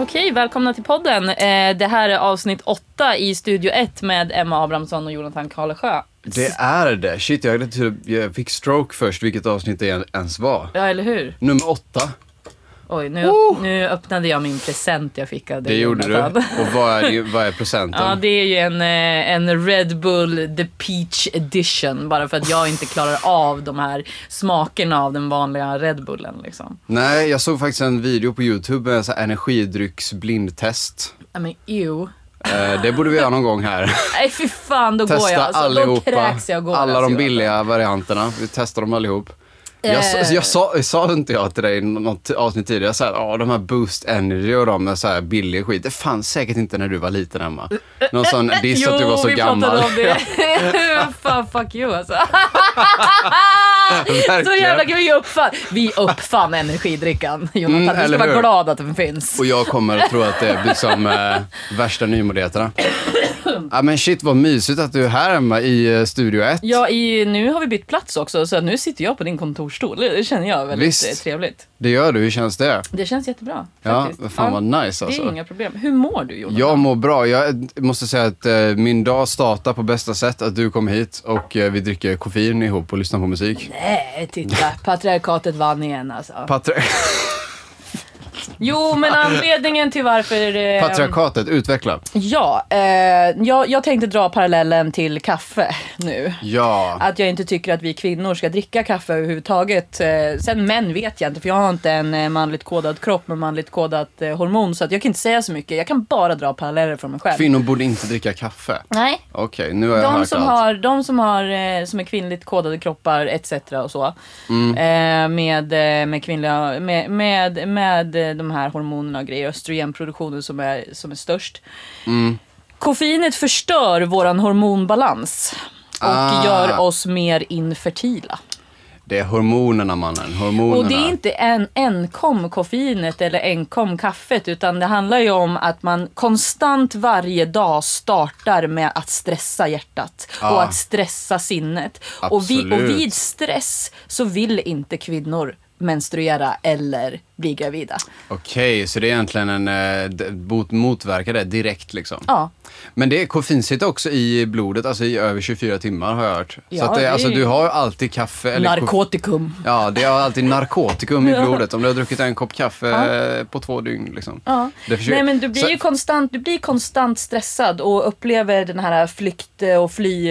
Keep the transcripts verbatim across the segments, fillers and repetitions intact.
Okej, välkomna till podden. Eh, det här är avsnitt åtta i Studio ett med Emma Abrahamsson och Jonathan Karlsjö. Det är det. Shit, jag, jag fick stroke först, vilket avsnitt det ens var. Ja, eller hur? Nummer åtta. Oj, nu, oh! nu öppnade jag min present jag fick av dig. Det gjorde Jonathan. Du. Och vad är, vad är presenten? Ja, det är ju en, en Red Bull The Peach Edition. Bara för att jag inte klarar av de här smakerna av den vanliga Red Bullen liksom. Nej, jag såg faktiskt en video på YouTube med en sån här energidrycksblindtest. I men ew. Eh, det borde vi göra någon gång här. Nej, fy fan, då Testa går jag. Alltså, allihopa, då kräks jag går. alla de billiga varianterna. Vi testar dem allihop. Jag, jag, jag, sa, jag sa inte jag till dig något avsnitt tidigare. Jag sa att de här Boost Energy och de är så här billig skit. Det fanns säkert inte när du var liten, Emma. Någon sån diss att du var så gammal. Jo, vi pratade om det. Fan, fuck you alltså. Så jävla kul, vi uppfann. Vi uppfann energidrickan, Jonathan. Mm, du ska vara hur? glad att den finns. Och jag kommer att tro att det blir som äh, värsta nymodigheterna. Ja, men shit, vad mysigt att du är här, Emma, i Studio ett. Ja, i, nu har vi bytt plats också, så nu sitter jag på din kontorstol. Det känner jag väldigt Visst, trevligt. Det gör du, hur känns det? Det känns jättebra, faktiskt. Ja, fan vad nice alltså. Det är inga problem. Hur mår du, Jonathan? Jag mår bra. Jag måste säga att eh, min dag startar på bästa sätt att du kom hit och eh, vi dricker koffein ihop och lyssnar på musik. Nej, titta. Patriarkatet vann igen alltså. Patri- Jo, men anledningen till varför... Eh, Patriarkatet, utveckla. Ja, eh, jag, jag tänkte dra parallellen till kaffe nu. Ja. Att jag inte tycker att vi kvinnor ska dricka kaffe överhuvudtaget. Eh, sen män vet jag inte, för jag har inte en eh, manligt kodad kropp med manligt kodat eh, hormon. Så att jag kan inte säga så mycket. Jag kan bara dra paralleller från mig själv. Kvinnor borde inte dricka kaffe? Nej. Okej, nu har jag de hört som allt. har, de som har eh, som är kvinnligt kodade kroppar et cetera och så. Mm. Eh, med, med kvinnliga... Med, med, med de här hormonerna och grejer, östrogenproduktionen som är, som är störst. Mm. Koffeinet förstör våran hormonbalans och ah. gör oss mer infertila. Det är hormonerna, mannen. Hormonerna. Och det är inte en enkom koffeinet eller enkom kaffet, utan det handlar ju om att man konstant varje dag startar med att stressa hjärtat ah. och att stressa sinnet. Och, vi, och vid stress så vill inte kvinnor menstruera eller bli gravida. Okej, okay, så det är egentligen en äh, mot, motverkar det direkt liksom. Ja. Men det är koffein sitter också i blodet, alltså i över tjugofyra timmar har jag hört. Ja, så att det, det är alltså du har alltid kaffe eller narkotikum. Koff- ja, det har alltid narkotikum i blodet. Om du har druckit en kopp kaffe ja. på två dygn liksom. Ja. Nej, men du blir så... ju konstant du blir konstant stressad och upplever den här flykt och fly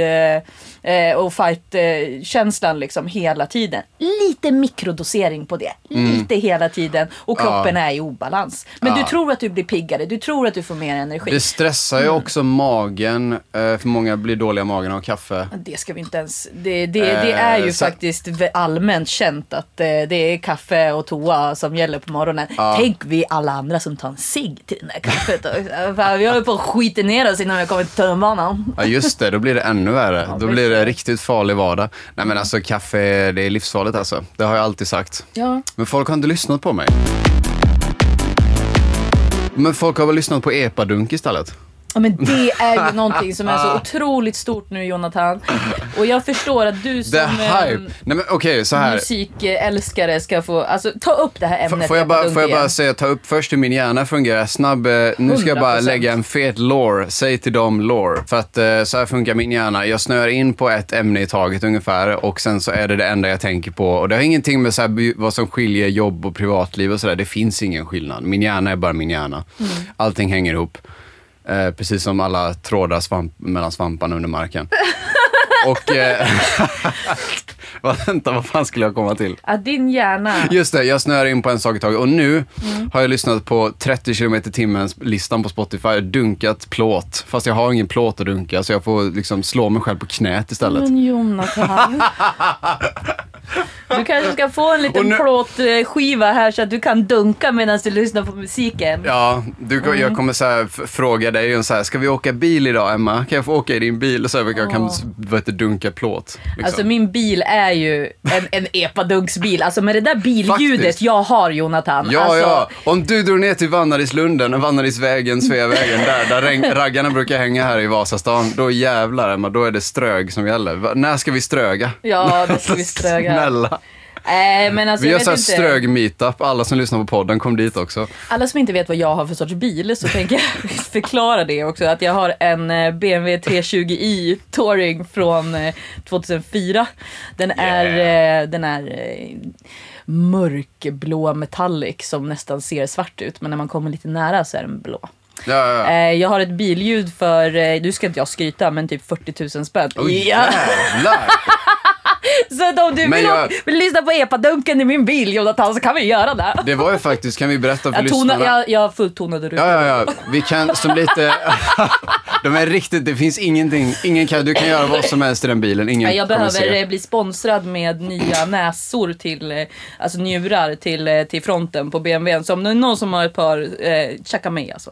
och fight känslan liksom hela tiden. Lite mikrodosering på det. Lite mm. hela tiden. Och kroppen ja. är i obalans. Men ja. du tror att du blir piggare. Du tror att du får mer energi. Det stressar ju mm. också magen. För många blir dåliga magen av kaffe. Det ska vi inte ens... Det, det, det är ju så... faktiskt allmänt känt att det är kaffe och toa som gäller på morgonen. Ja. Tänk vi alla andra som tar en cigg till den där kaffet. Vi håller på att skita ner oss innan vi kommer till tunnelbanan. Ja, just det. Då blir det ännu värre. Ja, då blir det riktigt farlig vardag. Nej, men alltså kaffe, det är livsfarligt alltså. Det har jag alltid sagt. Ja. Men folk har inte lyssnat på mig. Men folk har väl lyssnat på epadunk istället? Ja, men det är ju någonting som är så otroligt stort nu, Jonathan. Och jag förstår att du som hype. Nej, men, okay, så här. musikälskare ska få... Alltså, ta upp det här ämnet. F- får jag bara, får jag bara säga, ta upp först hur min hjärna fungerar. Snabb, nu ska jag bara lägga en fet lore. Säg till dem lore. För att så här funkar min hjärna. Jag snör in på ett ämne i taget ungefär. Och sen så är det det enda jag tänker på. Och det har ingenting med så här, vad som skiljer jobb och privatliv och sådär. Det finns ingen skillnad. Min hjärna är bara min hjärna. Mm. Allting hänger ihop. Eh, precis som alla trådar svamp, mellan svamparna under marken. Och eh, vänta, vad fan skulle jag komma till? Att din hjärna... Just det, jag snör in på en sak i taget. Och nu mm. har jag lyssnat på trettio kilometer timmens listan på Spotify. Dunkat plåt. Fast jag har ingen plåt att dunka. Så jag får liksom slå mig själv på knät istället. Men Jonathan... Du kanske ska få en liten nu... plåtskiva här så att du kan dunka medan du lyssnar på musiken. Ja, du, mm. jag kommer så här, f- fråga dig och så här, ska vi åka bil idag, Emma? Kan jag få åka i din bil? Och så här, jag kan vet, dunka plåt. Liksom. Alltså min bil är ju en, en epadunksbil. Alltså med det där billjudet Faktiskt. jag har, Jonathan. Ja, alltså... ja. Om du drar ner till Vannarislunden, Vannarisvägen, Sveavägen, där, där regn, raggarna brukar hänga här i Vasastan, då jävlar, Emma, då är det strög som gäller. När ska vi ströga? Ja, det ska vi ströga. Snälla. Äh, men alltså, vi jag har vet så inte. strög meetup. Alla som lyssnar på podden kom dit också. Alla som inte vet vad jag har för sorts bil så tänker jag förklara det också. Att jag har en B M W tre tjugo i Touring från tjugohundrafyra. Den är, yeah. den är mörkblå metallic som nästan ser svart ut. Men när man kommer lite nära så är den blå. Ja, ja, ja. Jag har ett billjud för, du ska inte jag skryta, men typ fyrtio tusen spänn. Oh, jävlar! Så om du vill, jag... vill lyssna på epadunken i min bil, Jonathan, så kan vi göra det. Det var ju faktiskt, kan vi berätta för jag lyssnarna? Tona, jag, jag fulltonade rutor. Ja, ja, ja. Vi kan som lite... De är riktigt, det finns ingenting, ingen kan, du kan göra vad som helst i den bilen. Ingen ja, jag behöver bli sponsrad med nya näsor till, alltså njurar till, till fronten på B M W. Så om det är någon som har ett par, eh, checka mig alltså.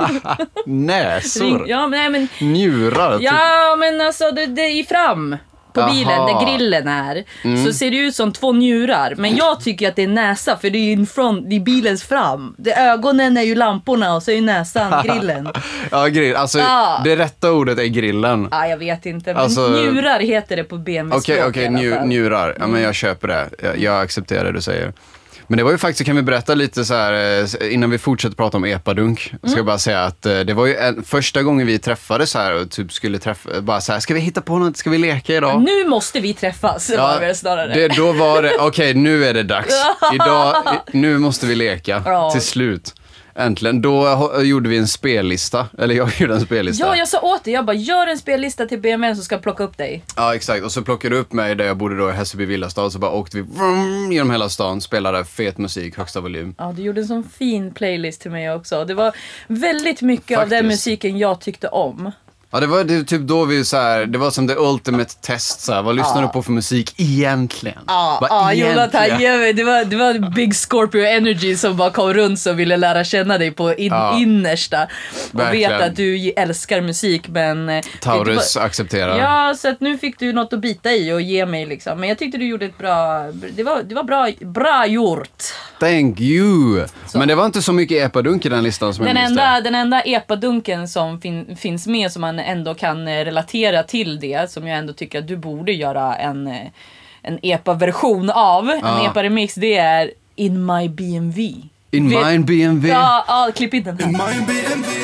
Näsor? Ja, men, nej, men, njurar? Typ. Ja, men alltså det, det är fram. På bilen, aha, där grillen är, mm. så ser det ut som två njurar. Men jag tycker att det är näsa, för det är in front, det är bilens fram. Det, ögonen är ju lamporna och så är ju näsan grillen. Ja, grill. Alltså, ja. Det rätta ordet är grillen. Ja, jag vet inte. Men alltså, njurar heter det på B M W-språk. Okej, okay, okay, nju, njurar. Ja, men jag köper det. Jag, jag accepterar det du säger. Men det var ju faktiskt, kan vi berätta lite så här innan vi fortsätter prata om epadunk. Mm. Ska jag bara säga att det var ju en, första gången vi träffades här och typ skulle träffa, bara så här, ska vi hitta på något, ska vi leka idag? Nu måste vi träffas, ja, var det snarare. Det, då var det, okej, okay, nu är det dags. Idag, nu måste vi leka, ja. Till slut. Äntligen, då gjorde vi en spellista. Eller jag gjorde en spellista. Ja, jag sa åt dig, jag bara, gör en spellista till B M W så ska jag plocka upp dig. Ja, exakt, och så plockade du upp mig där jag bodde då i Hässelby villastad. Så bara åkte vi vrum, genom hela stan, spelade fet musik, högsta volym. Ja, du gjorde en sån fin playlist till mig också. Det var väldigt mycket faktiskt av den musiken jag tyckte om. Ja, det var det, typ då vi så här, det var som the ultimate test så här, vad lyssnar ja. du på för musik egentligen? Ja, ja Jonathan, det var det var Big Scorpio Energy som bara kom runt så ville lära känna dig på in, ja. innersta och verkligen. Vet att du älskar musik, men Taurus var, accepterar. Ja, så att nu fick du något att bita i och ge mig liksom. Men jag tyckte du gjorde ett bra, det var det var bra bra gjort. Thank you. Så. Men det var inte så mycket epadunk i den listan som den jag enda där. Den enda epadunken som fin, finns med som man ändå kan relatera till det, som jag ändå tycker att du borde göra en, en epa-version av, ja. En epa-remix, det är In My B M W. In Vet, My B M W? Ja, ja, klipp in den här. In My B M W,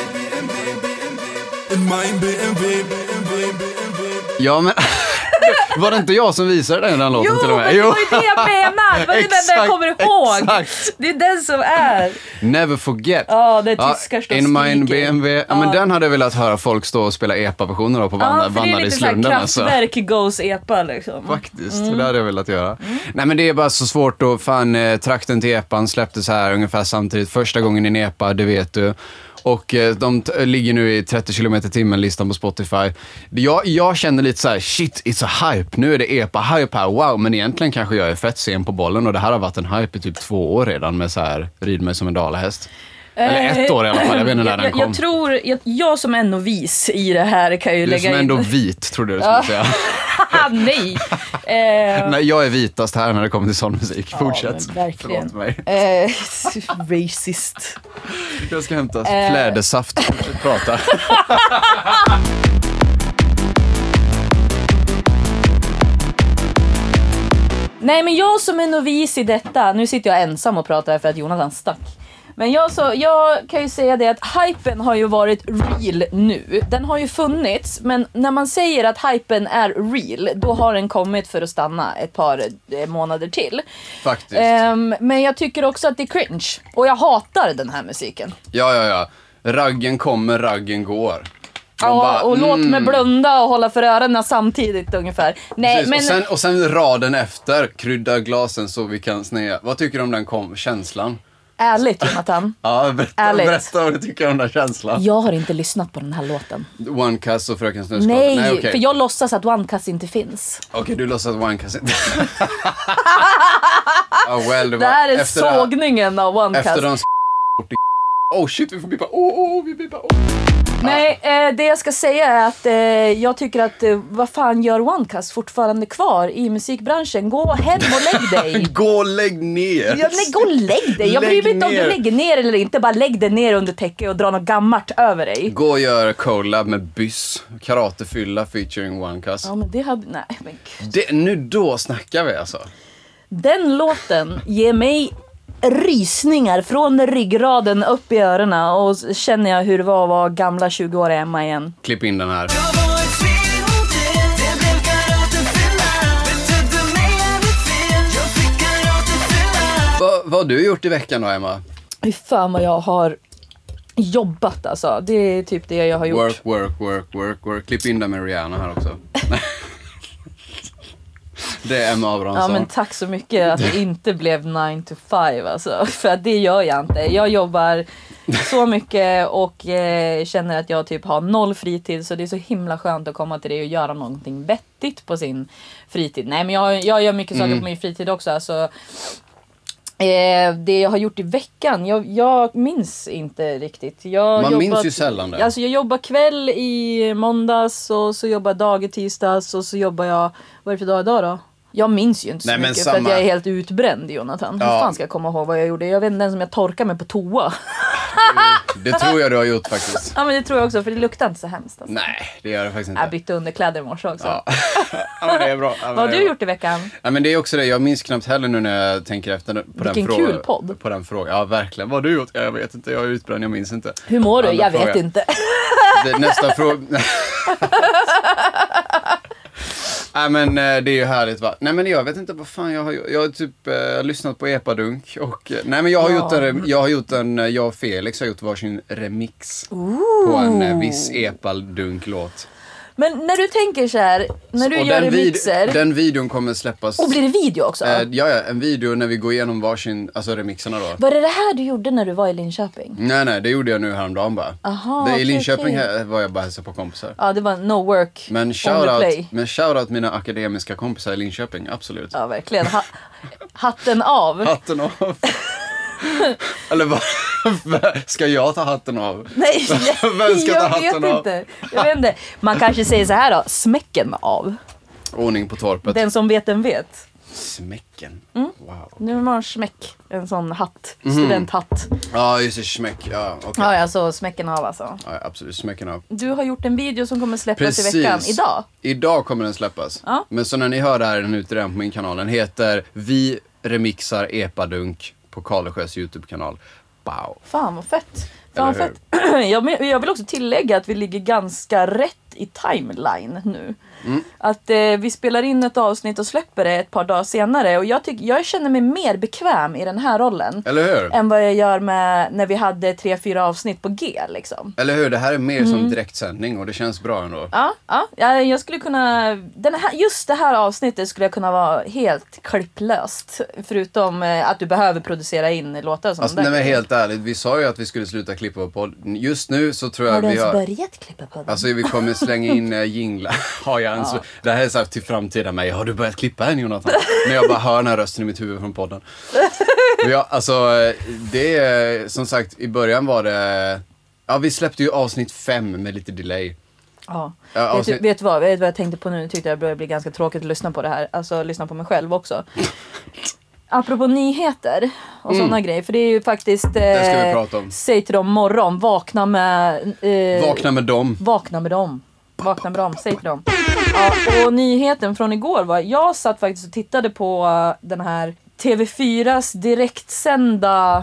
In My B M W, ja, men... Var det inte jag som visade den, den låten jo, till och med? Jo, men det var ju det jag menar. Det var ju den jag kommer ihåg. Exakt. Det är den som är. Never forget. Ja, det är tyskar ja, In My B M W. Ja, ja, men den hade jag velat höra folk stå och spela epa-versioner på vandra, ja, vandrar i slunden. Ja, för det är lite Kraftwerk goes epa liksom. Faktiskt, mm. det hade jag velat göra. Mm. Nej, men det är bara så svårt att fan, eh, trakten till epan släpptes här ungefär samtidigt. Första gången i epa, det vet du. Och eh, de t- ligger nu i trettio kilometer i timmen listan på Spotify. Jag, jag känner lite så här: shit, it's a hype. Nu är det epa-hype här, wow. Men egentligen kanske jag är fett sen på bollen. Och det här har varit en hype i typ två år redan med så här, rid mig som en dalahäst. Eller ett år i alla fall, jag vet inte när jag, den kom. Jag tror, jag, jag som är novis i det här kan ju du lägga in... Du som är ändå vit, trodde jag du skulle säga. Nej. eh... Nej, jag är vitast här när det kommer till sån musik. Fortsätt. Ja, verkligen. Förlåt mig. Eh, racist. Jag ska hämta eh... flädersaft. Fortsätt prata. Nej, men jag som är novis i detta, nu sitter jag ensam och pratar för att Jonathan stack. Men jag, så, jag kan ju säga det att hypen har ju varit real nu. Den har ju funnits, men när man säger att hypen är real, då har den kommit för att stanna ett par månader till. Faktiskt. Um, men jag tycker också att det är cringe. Och jag hatar den här musiken. Ja, ja, ja. Raggen kommer, raggen går. Ja, bara, och mm. låt mig blunda och hålla för öronen samtidigt ungefär. Nej, men... och, sen, och sen raden efter, krydda glasen så vi kan snea. Vad tycker du om den kom, känslan? Ärligt, Jonathan. Ja, berätta, berätta vad du tycker om den känslan. Jag har inte lyssnat på den här låten. One Cuss och Fröken Snöskoter. Nej, Nej okay. för jag låtsas att One Cuss inte finns. Okej, okay, du låtsas att One Cuss inte oh, well, det, det här är sågningen det, av One Cuss. Efter de oh shit, vi får bippa. Oh, oh, vi bippa. Oh. Nej, eh, det jag ska säga är att eh, jag tycker att eh, vad fan gör One Cuss fortfarande kvar i musikbranschen? Gå hem och lägg dig. Gå och lägg ner. Ja, nej, gå och lägg dig. Jag bryr mig inte om du lägger ner eller inte. Bara lägg dig ner under täcket och dra något gammalt över dig. Gå och gör collab med Byss. Karatefylla featuring One Cuss. Ja, men det hade... Nej, men det, nu då snackar vi alltså. Den låten ger mig rysningar från ryggraden upp i öronen och känner jag hur det var att vara gamla tjugo-åriga Emma igen. Klipp in den här. Vad, vad har du gjort i veckan då, Emma? Hur fan vad jag har jobbat alltså. Det är typ det jag har gjort. Work, work, work, work, work. Klipp in den med Rihanna här också. Det är Emma Abrahamsson. Ja, men tack så mycket att det inte blev nine to five alltså. För att det gör jag inte. Jag jobbar så mycket och eh, känner att jag typ har noll fritid. Så det är så himla skönt att komma till det och göra någonting vettigt på sin fritid. Nej, men jag, jag gör mycket saker mm. på min fritid också. Alltså, eh, det jag har gjort i veckan, jag, jag minns inte riktigt. Jag Man jobbat, minns ju sällan det. Alltså jag jobbar kväll i måndags och så jobbar jag dag i tisdags och så jobbar jag, vad är det för dag idag då? Jag minns ju inte så Nej, mycket samma... för att jag är helt utbränd, Jonathan. Ja. Hur fan ska jag komma ihåg vad jag gjorde? Jag vet inte ens om jag torkar mig på toa. Det tror jag du har gjort faktiskt. Ja, men det tror jag också, för det luktar inte så hemskt. Alltså. Nej, det gör det faktiskt inte. Jag bytte underkläder i morse också. Ja, ja men det är bra. Ja, vad har du gjort i veckan? Ja, men det är också det. Jag minns knappt heller nu när jag tänker efter på Vilken den frågan. kul podd. På den frågan. Ja, verkligen. Vad har du gjort? Jag vet inte. Jag är utbränd, jag minns inte. Hur mår du? Andra jag fråga. vet inte. Det, nästa fråga. Nej, men det är ju härligt, va? Nej, men jag vet inte vad fan jag har gjort. Jag har typ eh, lyssnat på Epadunk och nej, men jag har ja. gjort en jag har gjort en jag och Felix har gjort varsin remix Ooh. på en eh, viss Epadunk låt. Men när du tänker så här, när du och gör den remixer... Vid, den videon kommer släppas... Och blir det video också? Eh, ja, ja, en video när vi går igenom varsin, alltså remixerna då. Var det det här du gjorde när du var i Linköping? Nej, nej, det gjorde jag nu häromdagen bara. Aha, det, I okay, Linköping okay. var jag bara hälsade på kompisar. Ja, det var no work men on shout the out, play. Men shoutout mina akademiska kompisar i Linköping, absolut. Ja, verkligen. Ha- hatten av. Hatten av. Eller vad? Ska jag ta hatten av? Nej, Vem ska jag ta hatten vet av? inte. Jag vet inte. Man kanske säger så här då, smäcken av. Ordning på torpet. Den som vet den vet. Smäcken. Mm. Wow. Nu har man smäck, en sån hatt, studenthatt. Mm. Ja, just det, smäck. Ja, okej. Okay. Ja, alltså smäcken av alltså. Ja, absolut, smäcken av. Du har gjort en video som kommer släppas Precis. i veckan, idag. Idag kommer den släppas. Ja. Men så när ni hör det här är den ute redan på min kanal. Den heter Vi remixar Epadunk på Karlsjös YouTube-kanal. Wow. Fan vad fett. Fan vad fett. Jag, jag vill också tillägga att vi ligger ganska rätt i timeline nu. Mm. Att eh, vi spelar in ett avsnitt och släpper det ett par dagar senare. Och jag, tyck, jag känner mig mer bekväm i den här rollen. Eller hur? Än vad jag gör med när vi hade tre, fyra avsnitt på G liksom. Eller hur? Det här är mer mm. som direktsändning och det känns bra ändå. Ja, ja, jag skulle kunna... Den här, just det här avsnittet skulle jag kunna vara helt klipplöst. Förutom eh, att du behöver producera in låtar som alltså, där. Nej, men helt ärligt, vi sa ju att vi skulle sluta klippa på podd. Just nu så tror jag har vi har... Har du ens börjat klippa på den? Alltså vi kommer slänga in äh, jinglar. Har jag ens... Ja. Det här är så här till framtida mig. Har du börjat klippa än, Jonathan? När jag bara hör den här rösten i mitt huvud från podden. Ja, alltså det är som sagt, i början var det... Ja, vi släppte ju avsnitt fem med lite delay. Ja, ja avsnitt... vet, du, vet, vad, vet du vad jag tänkte på nu? Nu tyckte jag började bli ganska tråkigt att lyssna på det här. Alltså lyssna på mig själv också. Apropå nyheter och mm. sådana grejer. För det är ju faktiskt... Eh, det ska vi prata om. Säg till dem morgon, vakna med... Eh, vakna med dem. Vakna med dem. Vakna med dem, säg till dem. Ja, och nyheten från igår var... Jag satt faktiskt och tittade på uh, den här T V fyras direktsända...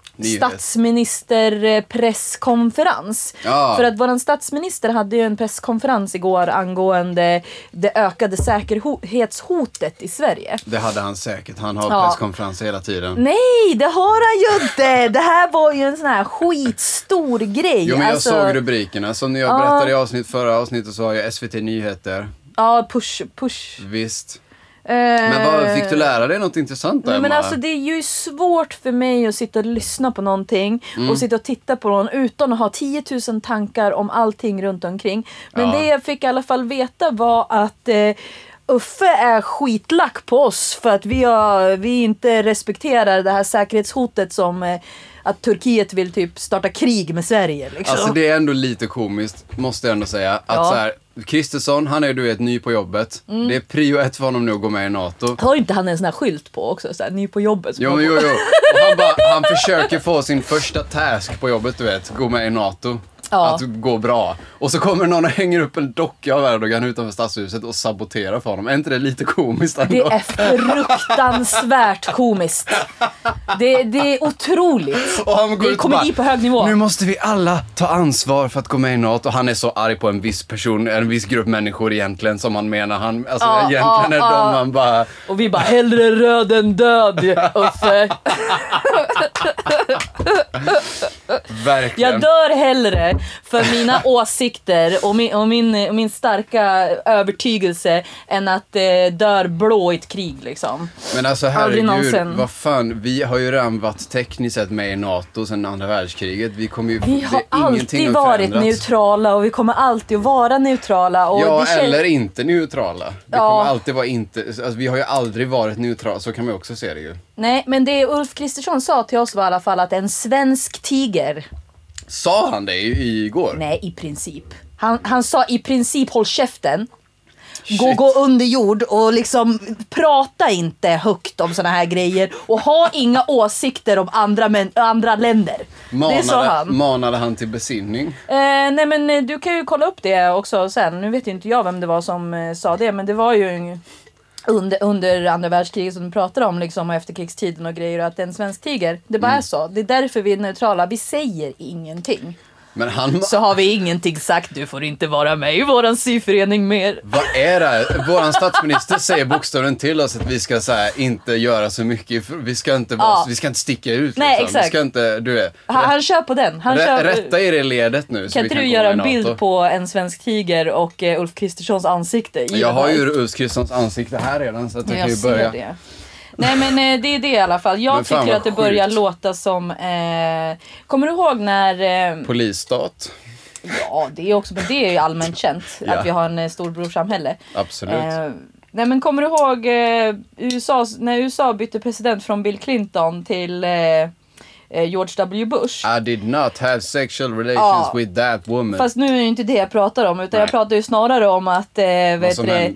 statsministerpresskonferens. Ja. För att våran statsminister hade ju en presskonferens igår angående det ökade säkerhetshotet i Sverige. Det hade han säkert. Han har ja. presskonferenser hela tiden. Nej, det har han ju inte. Det här var ju en sån här skitstor grej. Jo, men jag alltså, såg rubrikerna. Som jag berättade i avsnitt förra avsnittet så har jag S V T Nyheter. Ja, push, push. Visst. Men vad, fick du lära dig något intressant där? Nej, men alltså det är ju svårt för mig att sitta och lyssna på någonting mm. och sitta och titta på någon utan att ha tiotusen tankar om allting runt omkring. Men ja. det jag fick i alla fall veta var att eh, Uffe är skitlack på oss för att vi, har, vi inte respekterar det här säkerhetshotet som eh, att Turkiet vill typ starta krig med Sverige. Liksom. Alltså det är ändå lite komiskt, måste jag ändå säga. Att ja. så här, Kristersson, han är du vet ny på jobbet. Mm. Det är prio ett för honom nu att gå med i NATO. Har inte han en sån här skylt på också? Så här, ny på jobbet. Jo, jo, jo. Och han, bara, han försöker få sin första task på jobbet, du vet. Gå med i NATO. Ja. att gå bra. Och så kommer någon och hänger upp en docka av Erdogan utanför stadshuset och saboterar för honom. Är inte det lite komiskt ändå? Det är fruktansvärt komiskt. Det, det är otroligt. Och han går det ut kommer bara, i på hög nivå. Nu måste vi alla ta ansvar för att gå med i NATO. Och han är så arg på en viss person, en viss grupp människor egentligen som han menar. Han, alltså Ja, egentligen ja, är ja. de man bara... Och vi bara, hellre röd än död, Uffe. Verkligen. Jag dör hellre för mina åsikter och min, och min, och min starka övertygelse än att eh, dör blå i ett krig liksom. Men alltså Aldrig herregud, någonsin. vad fan, vi har ju redan varit tekniskt sett med i NATO sedan andra världskriget. Vi kommer ju, Vi har det, ingenting alltid har varit förändrats. neutrala och vi kommer alltid att vara neutrala. Och Ja, det känns... eller inte neutrala. Vi Ja. kommer alltid vara inte, alltså, vi har ju aldrig varit neutrala, så kan man också se det ju. Nej, men det Ulf Kristersson sa till oss var i alla fall att en svensk tiger. Sa han det i, igår? Nej, i princip. Han, han sa i princip håll käften. Gå, Shit. gå under jord och liksom prata inte högt om såna här grejer och ha inga åsikter om andra, men, andra länder. Det sa Manade, han. manade han till besinning? Eh, nej men eh, du kan ju kolla upp det också sen. Nu vet ju inte jag vem det var som eh, sa det, men det var ju en- under, under andra världskriget som du pratade om liksom, och efterkrigstiden och grejer, och att en svensk tiger, det bara är så. Det är därför vi är neutrala. Vi säger ingenting. Men han... Så har vi ingenting sagt, du får inte vara med i våran syförening mer. Vad är det här? Våran statsminister säger bokstavligen till oss att vi ska så här, inte göra så mycket. Vi ska inte, vara, Ja. vi ska inte sticka ut. Nej, liksom. exakt. Vi ska inte, du vet. Han, han kör på den. Han Rä, kör, rätta er i ledet nu. så kan vi inte kan du komma göra i en NATO. bild på en svensk tiger och eh, Ulf Kristerssons ansikte? I Jag den har här? ju Ulf Kristerssons ansikte här redan, så att jag, Jag kan ju ser börja. det. Nej men eh, det är det i alla fall. Jag Men fan, tycker vad att det börjar sjukt. låta som... Eh, kommer du ihåg när... Eh, Polisstat. ja, det är också, men det är ju allmänt känt Ja. att vi har en eh, storbrorsamhälle. Absolut. Eh, nej men kommer du ihåg eh, U S A, när U S A bytte president från Bill Clinton till eh, eh, George W. Bush? I did not have sexual relations Ja. with that woman. Fast nu är det inte det jag pratar om, utan Nej. jag pratar ju snarare om att eh, vet som du, en-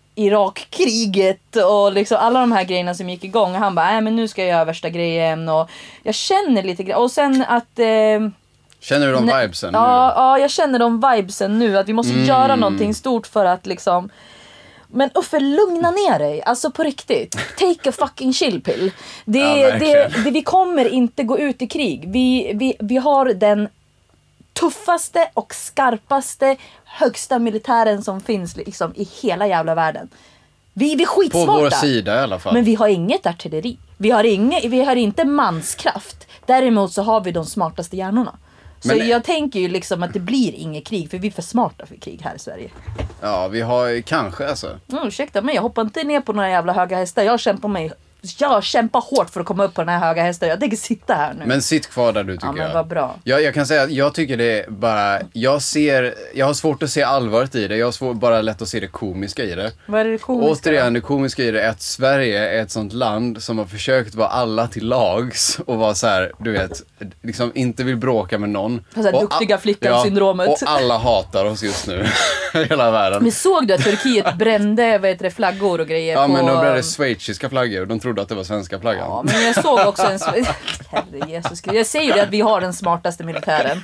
Irakkriget och liksom alla de här grejerna som gick igång. Och han bara, nej men nu ska jag göra värsta grejen. Och jag känner lite grann. Och sen att... Eh, Känner du de nej- vibesen nu? ja, ja, jag känner de vibesen nu. Att vi måste Mm. göra någonting stort för att liksom... Men Uffe, lugna ner dig. Alltså på riktigt. Take a fucking chill pill. Det, Ja, det, verkligen. det, vi kommer inte gå ut i krig. Vi, vi, vi har den tuffaste och skarpaste högsta militären som finns liksom i hela jävla världen. Vi, vi är På skitsmarta. vår sida i alla fall. Men vi har inget artilleri. Vi har, inget, vi har inte manskraft. Däremot så har vi de smartaste hjärnorna. Så Men- jag tänker ju liksom att det blir inget krig. För vi är för smarta för krig här i Sverige. Ja, vi har ju kanske alltså. Mm, ursäkta mig, jag hoppar inte ner på några jävla höga hästar. Jag kämpar mig. Jag kämpar hårt för att komma upp på den här höga hästen. Jag tänker sitta här nu. Men sitt kvar där du tycker ja, men jag. vad bra. Jag, jag kan säga att jag tycker det är bara, jag ser, jag har svårt att se allvaret i det. Jag har svår, bara lätt att se det komiska i det. Vad är det komiska? Återigen, det komiska i det är att Sverige är ett sånt land som har försökt vara alla till lags och vara så här, du vet, liksom inte vill bråka med någon. Så här Och duktiga a- flickan-syndromet. Ja, och alla hatar oss just nu i hela världen. Men såg du att Turkiet brände vad heter det, flaggor och grejer Ja, på... men de brände schweiziska flaggor och de trodde att det var svenska flaggan. Ja, men jag såg också en... Herre Jesus, jag säger ju det att vi har den smartaste militären.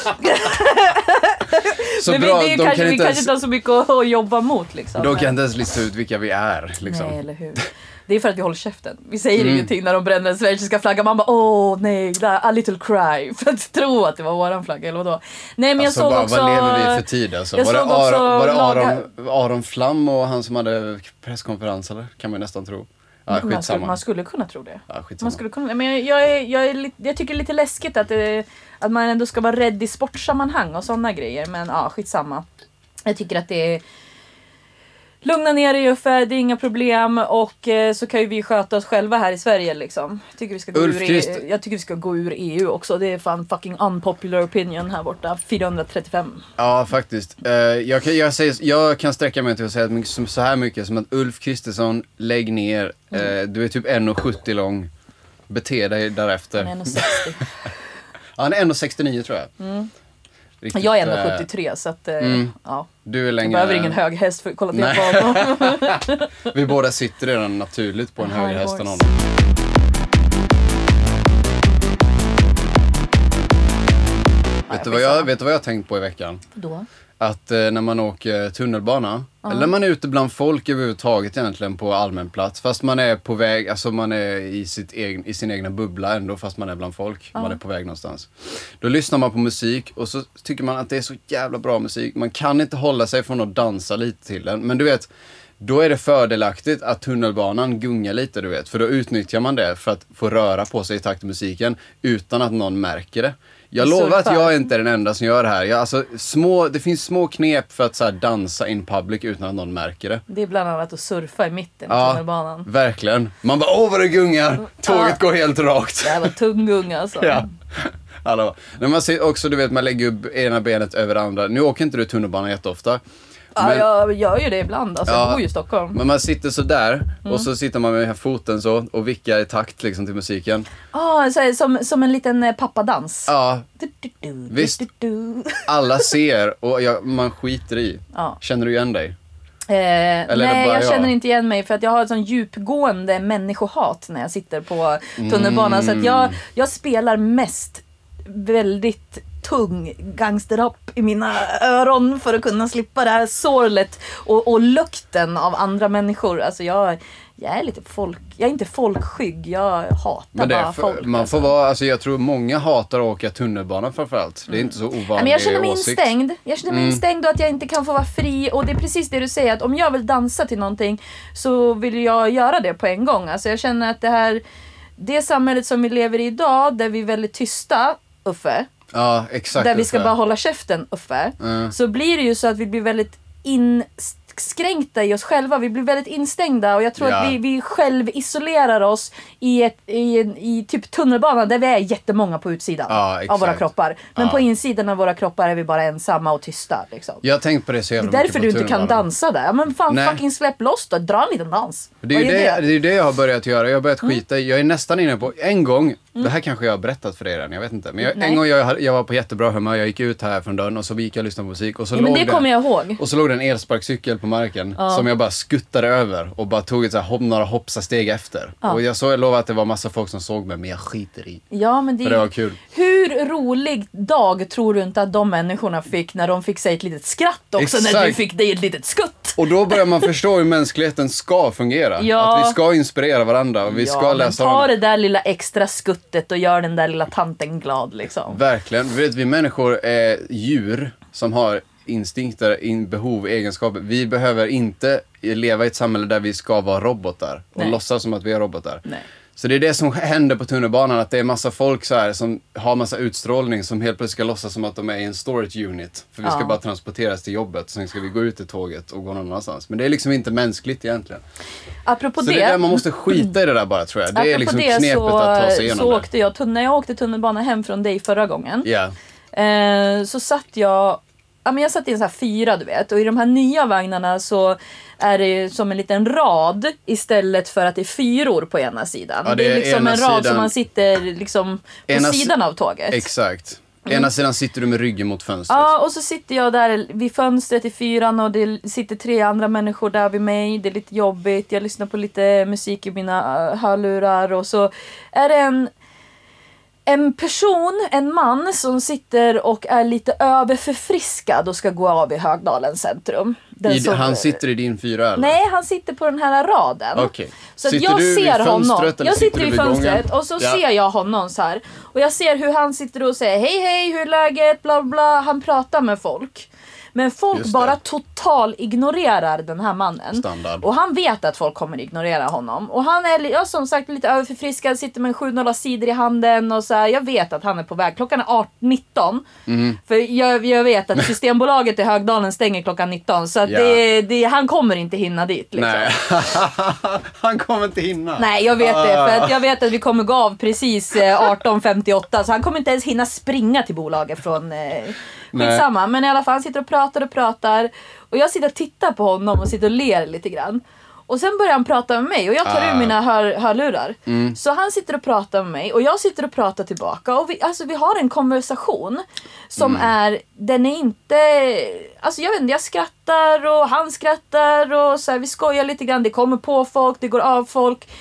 Så men bra, vi, det är de kanske, kan vi inte kanske ens, inte har så mycket att, att jobba mot liksom. de men- kan inte ens lista ut vilka vi är. Liksom. Nej, eller hur. Det är för att vi håller käften. Vi säger Mm. ingenting när de bränner den schweiziska flaggan. Man bara, åh nej, a little cry. För att tro att det var våran flagga, eller vadå? Nej, men Alltså, jag såg bara, också... vad lever vi för tid alltså? jag Var det, såg också Aron, var det laga- Aron, Aron Flam och han som hade presskonferens eller? Kan man ju nästan tro. Ja, man, skulle, skitsamma. man skulle kunna tro det. Ja, skitsamma. Man skulle kunna, men jag, jag, är, jag, är lite, jag tycker det är lite läskigt att, det, att man ändå ska vara rädd i sportsammanhang och sådana grejer. Men ja, skitsamma. Jag tycker att det är... Lugna ner dig Uffe, det är inga problem. Och eh, så kan ju vi sköta oss själva här i Sverige liksom. Jag tycker vi ska gå, Ulf ur, Krist- E- jag tycker vi ska gå ur E U också. Det är fan fucking unpopular opinion här borta. fyrahundratrettiofem. Ja, faktiskt. Uh, jag, kan, jag, säger, jag kan sträcka mig till att säga att mycket, som, så här mycket som att Ulf Kristersson, lägg ner. Mm. Uh, du är typ en komma sjuttio lång. Bete dig därefter. Han är en komma sextio. Ja, han är en komma sextionio tror jag. Mm. Riktigt, Jag är en eh, komma sjuttiotre så att... Eh, mm. ja. Du är Jag längre. behöver ingen hög häst för att kolla ner Nej. på honom. Vi båda sitter redan naturligt på en High högre häst än horse. honom. Vet du vad jag, vet du vad jag har tänkt på i veckan? Då? Att eh, när man åker tunnelbana, uh-huh. eller när man är ute bland folk överhuvudtaget egentligen på allmän plats, fast man är på väg, alltså man är i, sitt egen, i sin egna bubbla ändå, fast man är bland folk, uh-huh. man är på väg någonstans. Då lyssnar man på musik och så tycker man att det är så jävla bra musik. Man kan inte hålla sig från att dansa lite till den, men du vet, då är det fördelaktigt att tunnelbanan gungar lite, du vet, för då utnyttjar man det för att få röra på sig i takt med musiken utan att någon märker det. Jag lovar att jag är inte den enda som gör det här. Jag, alltså, små, det finns små knep för att så här, dansa in public utan att någon märker det. Det är bland annat att surfa i mitten av ja, tunnelbanan. Verkligen. Man bara, åh vad det gungar! Tåget ja. går helt rakt. Jävla tung gunga alltså. ja. Alltså, när man ser också, du vet, man lägger upp ena benet över det andra. Nu åker inte du tunnelbanan jätteofta. Ja, men, jag gör ju det ibland. Alltså, ja, jag bor ju i Stockholm. Men man sitter så där mm. och så sitter man med den här foten så och vickar i takt liksom till musiken. Ja, oh, som, som en liten pappadans. Ja, du, du, du, visst. Du, du, du. Alla ser och jag, man skiter i. Ja. Känner du igen dig? Eh, nej, jag, jag känner inte igen mig för att jag har ett sån djupgående människohat när jag sitter på tunnelbanan. Mm. Så att jag, jag spelar mest väldigt tung gangsterrap i mina öron för att kunna slippa det här sorlet och, och lukten av andra människor. Alltså jag, jag är lite folk, jag är inte folkskygg, jag hatar men det bara för, folk. Man alltså. får vara, alltså jag tror många hatar att åka tunnelbana framförallt. Det är inte så ovanligt. Men jag känner mig åsikt. instängd. Jag känner mig mm. instängd och att jag inte kan få vara fri. Och det är precis det du säger, att om jag vill dansa till någonting så vill jag göra det på en gång. Alltså jag känner att det här, det samhället som vi lever i idag, där vi är väldigt tysta, Uffe. Ja, exakt. Där vi ska bara hålla käften, Uffe. Mm. Så blir det ju så att vi blir väldigt inskränkta i oss själva. Vi blir väldigt instängda. Och jag tror ja. att vi, vi själv isolerar oss i, ett, i, i typ tunnelbanan där vi är jättemånga på utsidan ja, av våra kroppar. Men ja. på insidan av våra kroppar är vi bara ensamma och tysta. Liksom. Jag har tänkt på det så jävla mycket. Det är därför du inte kan dansa där. Men fan, Nej. fucking släpp loss då. Dra en liten dans. Det är ju det, det? det, är det jag har börjat göra. Jag har börjat skita. Mm. Jag är nästan inne på en gång. Mm. Det här kanske jag har berättat för er redan, jag vet inte. Men jag, en gång jag, jag var på jättebra humör, jag gick ut här från dörren och så gick jag och lyssnade på musik. Och så, ja, låg men det det, kommer jag ihåg. Och så låg det en elsparkcykel på marken ja. som jag bara skuttade över och bara tog ett så här, hopp, några hoppsa steg efter. Ja. Och jag, så, jag lovar att det var massa folk som såg mig, men jag skiter i. Ja, men det, för det var kul. Hur rolig dag tror du inte att de människorna fick när de fick sig ett litet skratt också? Exakt. När du fick dig ett litet skutt? Och då börjar man förstå hur mänskligheten ska fungera. Ja. Att vi ska inspirera varandra och vi ja, ska läsa ta dem. det där lilla extra skuttet och gör den där lilla tanten glad liksom. Verkligen. Vet, vi människor är djur som har instinkter, in, behov, egenskaper. Vi behöver inte leva i ett samhälle där vi ska vara robotar och Nej. låtsas som att vi är robotar. Nej. Så det är det som händer på tunnelbanan, att det är massa folk så här som har massa utstrålning som helt plötsligt ska låtsas som att de är i en storage unit. För vi ska ja. bara transporteras till jobbet, sen ska vi gå ut i tåget och gå någon annanstans. Men det är liksom inte mänskligt egentligen. Apropå så det, det är där man måste skita i det där bara, tror jag. Det är liksom det knepet så, att ta sig igenom så åkte jag, när jag åkte tunnelbana hem från dig förra gången. Yeah. Eh, så satt jag Ja, men jag satt i en sån här fyra, du vet. Och i de här nya vagnarna så är det som en liten rad istället för att det är fyror på ena sidan. Ja, det, är det är liksom en rad sidan, som man sitter liksom på ena sidan av tåget. Exakt. Mm. Ena sidan sitter du med ryggen mot fönstret. Ja, och så sitter jag där vid fönstret i fyran och det sitter tre andra människor där vid mig. Det är lite jobbigt. Jag lyssnar på lite musik i mina hörlurar och så är det en... En person, en man som sitter och är lite överförfriskad och ska gå av i Högdalens centrum. I, som, han sitter i din fyra eller? Nej, han sitter på den här raden. Okay. Så sitter jag du ser vid honom. Jag sitter sitter vid fönstret och så ja. ser jag honom så här. Och jag ser hur han sitter och säger hej hej, hur är läget, bla bla. Han pratar med folk. Men folk bara total ignorerar den här mannen. Standard. Och han vet att folk kommer ignorera honom. Och han är ja, som sagt lite överförfriskad, sitter med en sju noll sidor i handen och så här, jag vet att han är på väg. Klockan är arton nitton. Mm. För jag, jag vet att Systembolaget i Högdalen stänger klockan nitton. Så att ja. det, det, han kommer inte hinna dit. Liksom. Nej. Han kommer inte hinna. Nej, jag vet det. För att jag vet att vi kommer gå av precis arton femtioåtta. Så han kommer inte ens hinna springa till bolaget från... Eh, Skitsamma, men i alla fall han sitter och pratar och pratar och jag sitter och tittar på honom och sitter och ler lite grann. Och sen börjar han prata med mig och jag tar ah. ur mina hör, hörlurar. Mm. Så han sitter och pratar med mig och jag sitter och pratar tillbaka och vi, alltså vi har en konversation som mm. är, den är inte, alltså jag vet inte, jag skrattar och han skrattar och så här, vi skojar lite grann, det kommer på folk, det går av folk.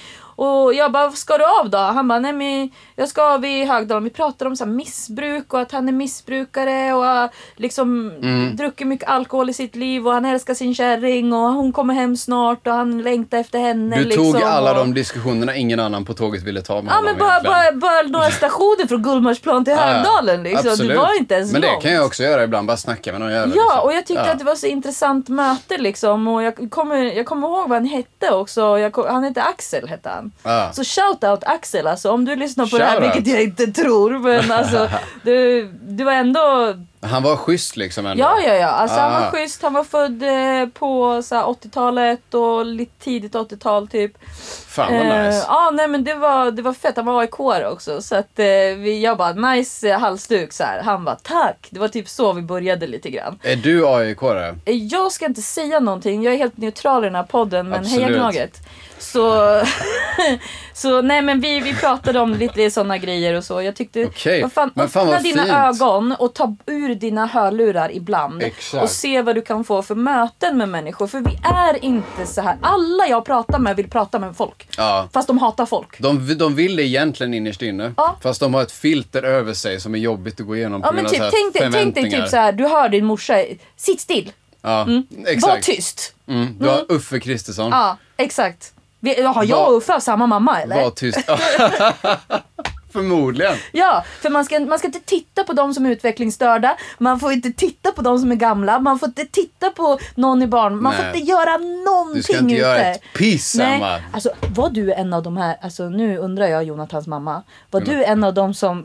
Och jag bara, vad ska du av då? Han bara, nej men jag ska av i Högdalen. Vi pratar om så här missbruk och att han är missbrukare och har liksom mm. druckit mycket alkohol i sitt liv och han älskar sin kärring och hon kommer hem snart och han längtar efter henne. Du liksom, tog alla och... de diskussionerna ingen annan på tåget ville ta med Ja, men bara, bara, bara några stationer från Gullmarsplan till Högdalen. Liksom. Absolut. Det var inte ens Men det långt. kan jag också göra ibland, bara snacka med någon jävla. Ja, liksom. och jag tyckte ja. att det var så intressant möte liksom. Och jag kommer, jag kommer ihåg vad han hette också. Jag, han hette Axel, hette han. Ja. Så shout out Axel, alltså, om du lyssnar på Shout det här, out. vilket jag inte tror. Men alltså, du, du var ändå... Han var schysst liksom ändå. Ja, ja, ja. Alltså, ah. han var schysst. Han var född eh, på så här, åttiotalet och lite tidigt åttiotal typ. Fan vad eh, nice. Ja, nej men det var, det var fett. Han var A I K-are också. Så att eh, vi, jag bara, nice eh, halsduk så här. Han bara, tack. Det var typ så vi började lite grann. Är du A I K-are? Eh, Jag ska inte säga någonting. Jag är helt neutral i den här podden. Men Absolut. heja Gnaget. Så, så nej men vi, vi pratade om lite sådana grejer och så. Jag tyckte, Okej, vad fan, men fan öppna vad dina fint. ögon och ta ur dina hörlurar ibland. Exakt. Och se vad du kan få för möten med människor. För vi är inte så här. Alla jag pratar med vill prata med folk. Ja. Fast de hatar folk. De, de vill det egentligen innerst inne. Ja. Fast de har ett filter över sig som är jobbigt att gå igenom på Ja, grund men av typ, så här tänk, dig, tänk dig förväntningar. typ så här. Du hör din morsa, sitt still. Ja, Mm. exakt. Var tyst. Mm. Du har Uffe Kristersson. Ja, exakt. Vi, har jag Var- och Uffe samma mamma eller? Var tyst. Förmodligen. Ja, för man ska, man ska inte titta på de som är utvecklingsstörda. Man får inte titta på de som är gamla. Man får inte titta på någon i barn. Man Nej. får inte göra någonting Du ska inte ute. göra ett piss, Nej, Emma. alltså var du en av de här, alltså nu undrar jag Jonathans mamma. Var Mm. du en av de som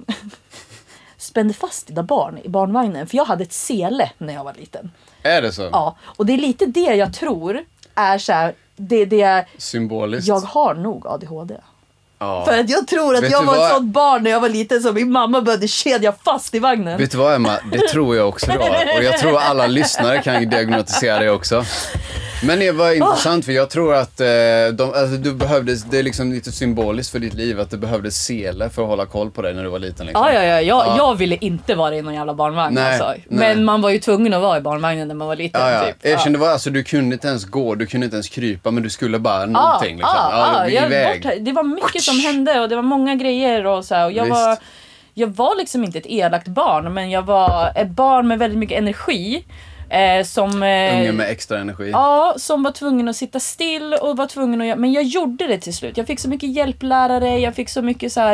spände fast dina barn i barnvagnen? För jag hade ett sele när jag var liten. Är det så? Ja, och det är lite det jag tror är så här, det, det är, Symboliskt. jag har nog A D H D. Ja. För att jag tror att Vet jag du var vad? ett sånt barn när jag var liten som min mamma började kedja fast i vagnen. Vet du vad, Emma? Det tror jag också då. Och jag tror alla lyssnare kan diagnostisera det också. Men det var intressant för jag tror att eh, de, alltså, du behövdes, det är liksom lite symboliskt för ditt liv att det behövdes sele för att hålla koll på dig när du var liten. Liksom. Ja, ja, ja. Jag, Ja. jag ville inte vara i någon jävla barnvagn. Nej, Alltså. nej. Men man var ju tvungen att vara i barnvagnen när man var liten. Ja, ja. Typ. Erkänn, det var alltså, du kunde inte ens gå, du kunde inte ens krypa, men du skulle bara någonting. Liksom. Ja, Ja, ja, du- jag iväg. bort, det var mycket som hände och det var många grejer och så här, och jag Visst. var jag var liksom inte ett elakt barn, men jag var ett barn med väldigt mycket energi eh, som eh, Unge med extra energi. Ja, som var tvungen att sitta still och var tvungen att göra, men jag gjorde det till slut. Jag fick så mycket hjälplärare, jag fick så mycket så här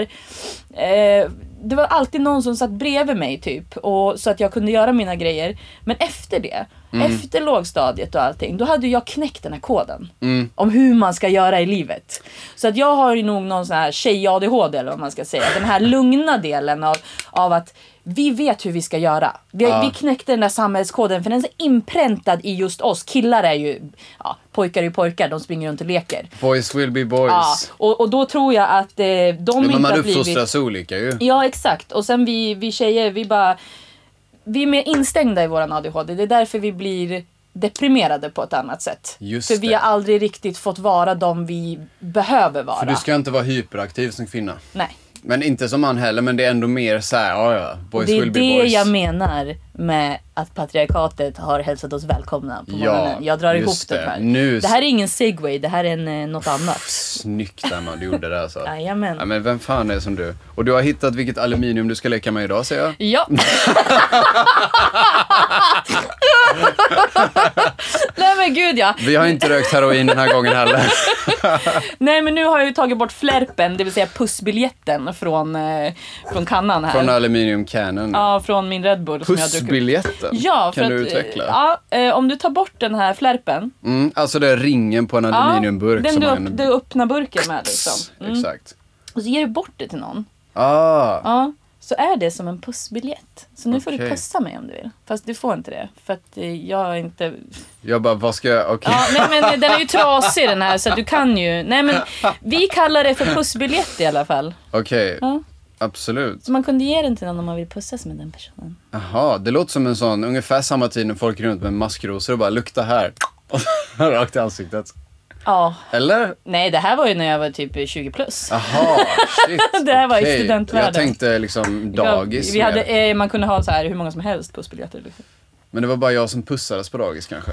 eh, det var alltid någon som satt bredvid mig typ och så att jag kunde göra mina grejer. Men efter det, Mm. efter lågstadiet och allting, då hade jag knäckt den här koden Mm. om hur man ska göra i livet. Så att jag har ju nog någon sån här tjej-A D H D eller vad man ska säga. Den här lugna delen av, av att vi vet hur vi ska göra. Vi, Ja. vi knäckte den där samhällskoden för den är så inpräntad i just oss. Killar är ju, ja, pojkar är ju pojkar, de springer runt och leker. Boys will be boys. Ja, och, och då tror jag att eh, de Ja, inte men man har blivit... uppfostras olika ju. Ja, exakt. Och sen vi, vi tjejer, vi bara... Vi är mer instängda i våran A D H D. Det är därför vi blir deprimerade på ett annat sätt. Just för vi det. har aldrig riktigt fått vara de vi behöver vara. För du ska inte vara hyperaktiv som kvinna. Nej. Men inte som man heller, men det är ändå mer så här, ja ja, boys Och det är will be det boys. jag menar med att patriarkatet har hälsat oss välkomna på Ja, morgonen. Jag drar ihop just det det. här. Nu- Det här är ingen segway, det här är en, eh, något annat. Snyggt Emma, du gjorde det alltså. Jajamän. Ja, men vem fan är som du? Och du har hittat vilket aluminium du ska leka med idag, säger jag. Ja. Nej men gud ja. Vi har inte rökt heroin den här gången heller. Nej men nu har jag ju tagit bort flärpen, det vill säga pussbiljetten från, eh, från kannan här. Från aluminiumcanen. Ja, från min Red Bull som jag druckit. Pussbiljetten? Ja, för kan du att, utveckla? Ja, eh, om du tar bort den här flärpen. Mm, alltså det är ringen på en Ja, aluminiumburk. den som du, man... upp, du öppnar burken med liksom. Mm. Exakt. Och så ger du bort det till någon. Ah, Ja, så är det som en pussbiljett. Så nu får du Okej. pussa mig om du vill. Fast du får inte det. För att eh, jag är inte... jag bara, vad ska jag, okej. Ja, nej men den är ju trasig den här så att du kan ju... Nej men vi kallar det för pussbiljett i alla fall. Okej, Ja. absolut. Så man kunde ge den till någon om man vill pussas med den personen. Jaha, det låter som en sån, ungefär samma tid när folk går runt med maskrosor och bara lukta här. Rakt i ansiktet. Ja. Eller? Nej, det här var ju när jag var typ tjugo plus. Jaha, shit. Det här var i okej. studentvärlden. Jag tänkte liksom dagis. Vi, vi hade, mer. eh, man kunde ha så här hur många som helst pussbiljetter. Liksom. Men det var bara jag som pussades på dagis kanske.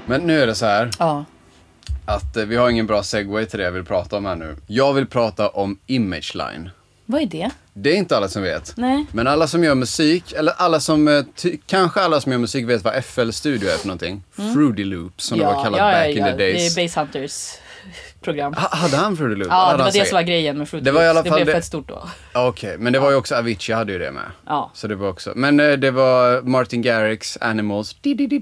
Men nu är det så här. Ja. Att eh, vi har ingen bra segway till det jag vill prata om här nu. Jag vill prata om Imageline. Vad är det? Det är inte alla som vet. Nej. Men alla som gör musik, eller alla som, eh, ty- kanske alla som gör musik vet vad F L Studio är för någonting. Mm. Fruity Loops, som det var kallat ja, back ja, in ja. the days. Det är Base Hunters program. Ha, hade han Fruity Loops? Ja, Hade det var han det säkert? som var grejen med Fruity Det var i alla Loops. fall Det blev det- fett stort då. Okej, okay, men det var ju också Avicii hade ju det med. Ja. Så det var också. Men eh, det var Martin Garrix, Animals.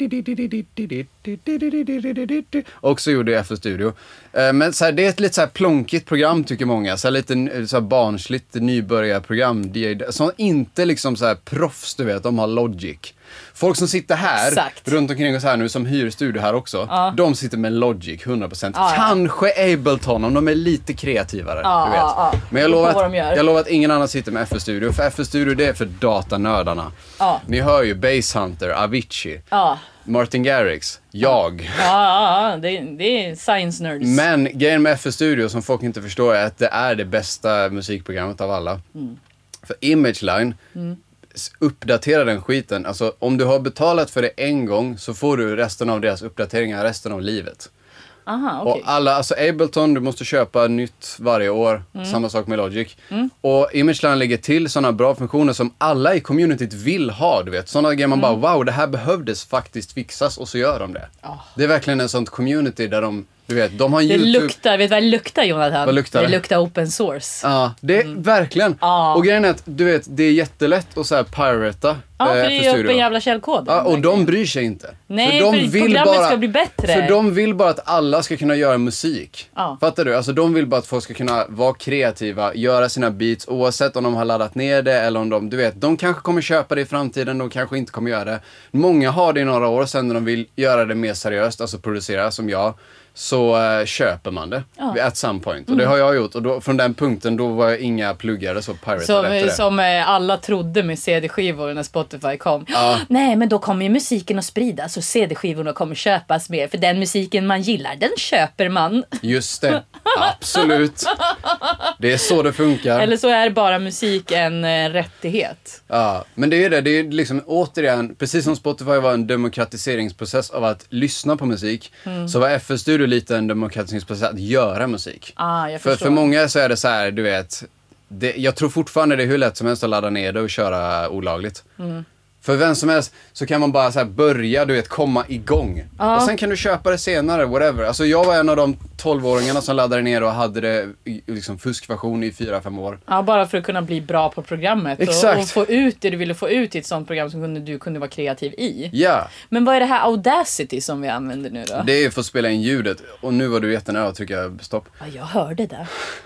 Och så gjorde F L Studio. Eh, men så här, det är ett lite så här plonkigt program tycker många. Så här, lite eh, så här barnsligt nybörjarprogram. Som inte liksom så här proffs, du vet, de har Logic. Folk som sitter här, Exakt. runt omkring oss här nu, som hyr studio här också, Ja. de sitter med Logic, hundra procent. Ja, ja. Kanske Ableton, om de är lite kreativare, Ja, du vet. ja, ja. Men jag Beror på lovar, vad de att, gör. jag lovar att ingen annan sitter med F L Studio, för F L Studio det är för datanördarna. Ja. Ni hör ju Base Hunter, Avicii, Ja. Martin Garrix, jag. Ja, ja, ja. Det, det är science nerds. Men grejen med F L Studio som folk inte förstår är att det är det bästa musikprogrammet av alla. Mm. För Imageline, Mm. uppdatera den skiten. Alltså om du har betalat för det en gång så får du resten av deras uppdateringar resten av livet. Aha, okej. Och alla, alltså Ableton, du måste köpa nytt varje år. Mm. Samma sak med Logic. Mm. Och Imageline lägger till sådana bra funktioner som alla i communityt vill ha, du vet. Sådana grejer man Mm. bara, wow, det här behövdes faktiskt fixas, och så gör de det. Oh. Det är verkligen en sån community där de, du vet, de har en Det YouTube... luktar, vet du vad det luktar, Jonathan? Vad luktar det? Det luktar open source. Ja, det är verkligen. Ja. Och grejen är att, du vet, det är jättelätt att så här pirata. Ja, för eh, det är öppen jävla källkod. Ja, och de bryr sig inte. Nej, de för programmet ska bli bättre. För de vill bara att alla ska kunna göra musik. Ja. Fattar du? Alltså de vill bara att folk ska kunna vara kreativa, göra sina beats, oavsett om de har laddat ner det eller om de, du vet, de kanske kommer köpa det i framtiden, de kanske inte kommer göra det. Många har det i några år, sen när de vill göra det mer seriöst, alltså producera som jag, så uh, köper man det Ja. at some point. Och det har jag gjort. Och då, från den punkten då var jag inga pluggare så piratade Som, efter det. som eh, alla trodde med C D-skivor när Spotify kom. Ja. Nej, men då kommer ju musiken att spridas och C D-skivorna kommer köpas mer. För den musiken man gillar, den köper man. Just det. Absolut. Det är så det funkar. Eller så är bara musik en eh, rättighet. Ja, men det är det. Det är liksom återigen, precis som Spotify var en demokratiseringsprocess av att lyssna på musik, Mm. så var F L Studio lite en demokratiseringsprocess att göra musik. Ah, jag för, förstår. för många så är det så här, du vet, det, jag tror fortfarande det är hur lätt som helst att ladda ner det och köra olagligt. Mm. För vem som helst så kan man bara så här börja, du vet, komma igång. Ja. Och sen kan du köpa det senare, whatever. Alltså jag var en av de tolvåringarna som laddade ner och hade det i liksom fuskversion i fyra, fem år. Ja, bara för att kunna bli bra på programmet. Exakt. Och, och få ut det du ville få ut i ett sånt program som kunde, du kunde vara kreativ i. Ja. Men vad är det här Audacity som vi använder nu då? Det är för att spela in ljudet. Och nu var du jättenära att trycka stopp. Ja, jag hörde det.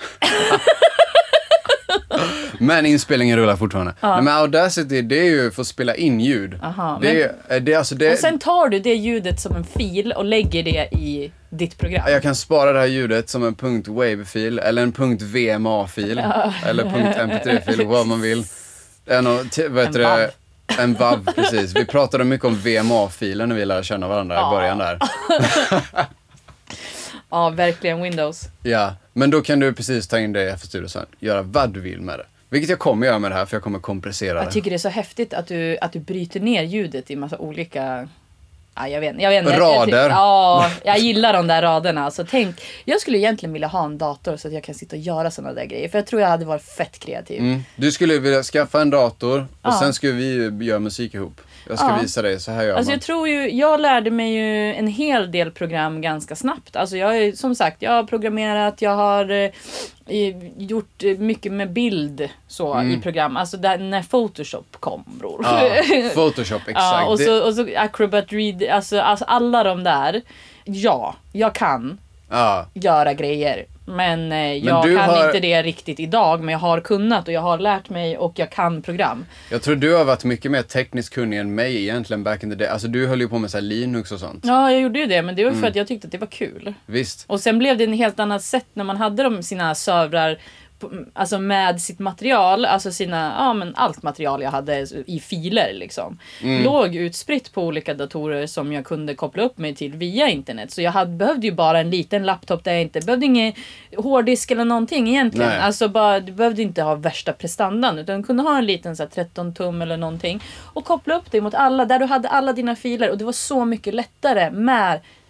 Men inspelningen rullar fortfarande. Ja. Nej, men Audacity, det är ju för att spela in ljud. Aha, det, är, det, är alltså det, Och sen tar du det ljudet som en fil och lägger det i ditt program. jag kan spara det här ljudet som en .wave-fil eller en .vma-fil eller .m p tre-fil, vad man vill. En, och, t- vad heter En det? En V A V, precis. Vi pratade mycket om V M A-filen när vi lärde känna varandra Ja. i början där. Ja, verkligen Windows. Ja, men då kan du precis ta in det i F L Studio sen. Göra vad du vill med det. Vilket jag kommer göra med det här, för jag kommer kompressera Jag det. tycker det är så häftigt att du, att du bryter ner ljudet i massa olika... Ja, jag vet, jag vet inte. Rader. Jag, ja, jag gillar de där raderna. Alltså, tänk, jag skulle egentligen vilja ha en dator så att jag kan sitta och göra sådana där grejer. För jag tror jag hade varit fett kreativ. Mm. Du skulle vilja skaffa en dator och Ja. sen skulle vi göra musik ihop. Jag ska Ja. visa dig, så här gör Alltså man. jag tror ju, jag lärde mig ju en hel del program ganska snabbt. Alltså jag är som sagt, jag har programmerat, jag har eh, i- gjort eh, mycket med bild så Mm. i program. Alltså där, när Photoshop kom, bror. Ja, Photoshop, exakt. Ja, och, Det- så, och så Acrobat Read, alltså, alltså alla de där. Ja, jag kan ja. göra grejer. Men eh, jag du kan har- inte det riktigt idag. Men jag har kunnat och jag har lärt mig och jag kan program. Jag tror du har varit mycket mer tekniskt kunnig än mig egentligen back in the day. Alltså du höll ju på med så här Linux och sånt. Ja, jag gjorde ju det. Men det var Mm. för att jag tyckte att det var kul. Visst. Och sen blev det en helt annat sätt när man hade de sina servrar på- alltså med sitt material, alltså sina, ja men allt material jag hade i filer liksom. Mm. Låg utspritt på olika datorer som jag kunde koppla upp mig till via internet. Så jag hade, behövde ju bara en liten laptop där jag inte behövde ingen hårddisk eller någonting egentligen. Nej. Alltså bara, du behövde inte ha värsta prestandan utan du kunde ha en liten så här, tretton tum eller någonting och koppla upp dig mot alla, där du hade alla dina filer och det var så mycket lättare med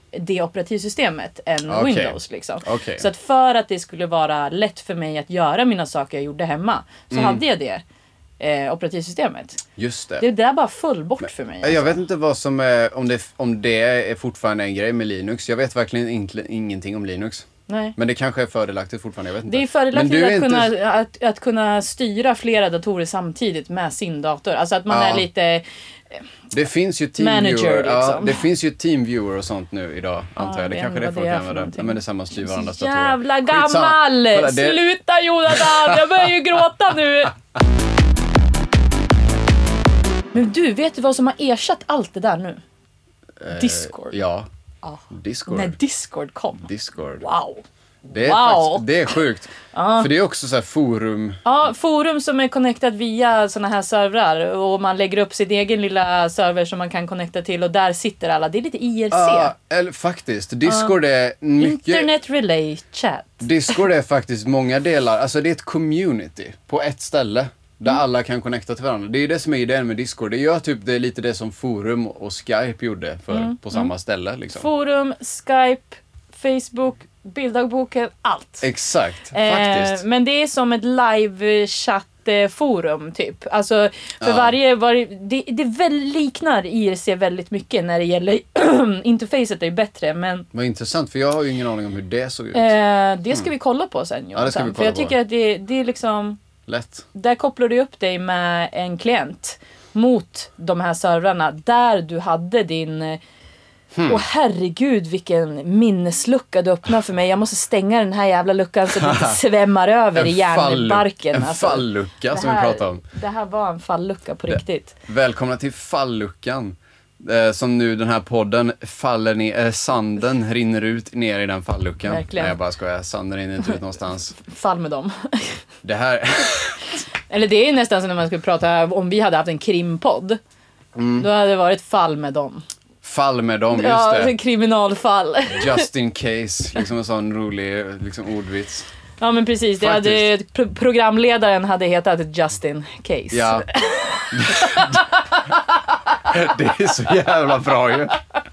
det operativsystemet än Okay. Windows liksom. Okay. Så att för att det skulle vara lätt för mig att göra mina saker jag gjorde hemma så Mm. hade jag det eh, operativsystemet. Just det. Det där bara föll bort för mig. Jag alltså. vet inte vad som är, om det, om det är fortfarande en grej med Linux. Jag vet verkligen inte, ingenting om Linux. Nej. Men det kanske är fördelaktigt fortfarande, jag vet inte. Det är fördelaktigt Men du att, är kunna, inte... att, att kunna styra flera datorer samtidigt med sin dator. Alltså att man Ja. är lite... Det finns ju Manager, TeamViewer. Ja, liksom. det finns ju TeamViewer och sånt nu idag, antar jag. jag Det vet kanske inte det vad folk det är för använder. någonting. Ja, men det är samma styr varandras datorer. Jävla Skitsamma. gammal! Kolla, det- Sluta Jonathan! Jag börjar ju gråta nu. Men du, vet du vad som har ersatt allt det där nu? Eh, Discord. Ja, Ja. Discord. När Discord kom. Discord. Wow. Det är, Wow. faktiskt, det är sjukt. För det är också så här forum. Ja, forum som är connectat via såna här servrar och man lägger upp sin egen lilla server som man kan connecta till och där sitter alla. Det är lite I R C. Ja, eller faktiskt. Discord är mycket... Internet Relay Chat. Discord är faktiskt många delar, alltså det är ett community på ett ställe. Där Mm. alla kan connecta till varandra. Det är det som är idén med Discord. Det gör typ det är lite det som forum och Skype gjorde för, Mm. på samma ställe. Liksom. Forum, Skype, Facebook, bilddagboken, allt. Exakt, Eh, faktiskt. men det är som ett live-chatt-forum typ. Alltså för Ja. varje, varje det, det väl liknar I R C väldigt mycket när det gäller interfacet är ju bättre men Vad intressant, för jag har ju ingen aning om hur det såg ut. eh, det ska vi kolla på sen Jonathan. Ja, det ska vi för jag kolla på. tycker att det, det är liksom Lätt. där kopplar du upp dig med en klient mot de här servrarna där du hade din Hmm. Åh herregud vilken minneslucka du öppnar för mig. Jag måste stänga den här jävla luckan så att det inte svämmar över i hjärnbarken. En alltså. fallucka Det som vi här- pratar om. Det här var en fallucka på riktigt. Välkomna till falluckan. Eh, som nu den här podden faller ner, eh, sanden rinner ut ner i den falluckan. Verkligen. Nej, jag bara skojar. Sanden rinner inte ut någonstans. Fall med dem. Det här... Eller det är ju nästan som när man skulle prata om vi hade haft en krimpodd. Mm. Då hade det varit fall med dem. Fall med dem, just Ja, det. kriminalfall. Just in case, liksom en sån rolig liksom, ordvits. Ja men precis, det hade, pro- programledaren hade hetat Justin Case. Ja. Det är så jävla bra ju.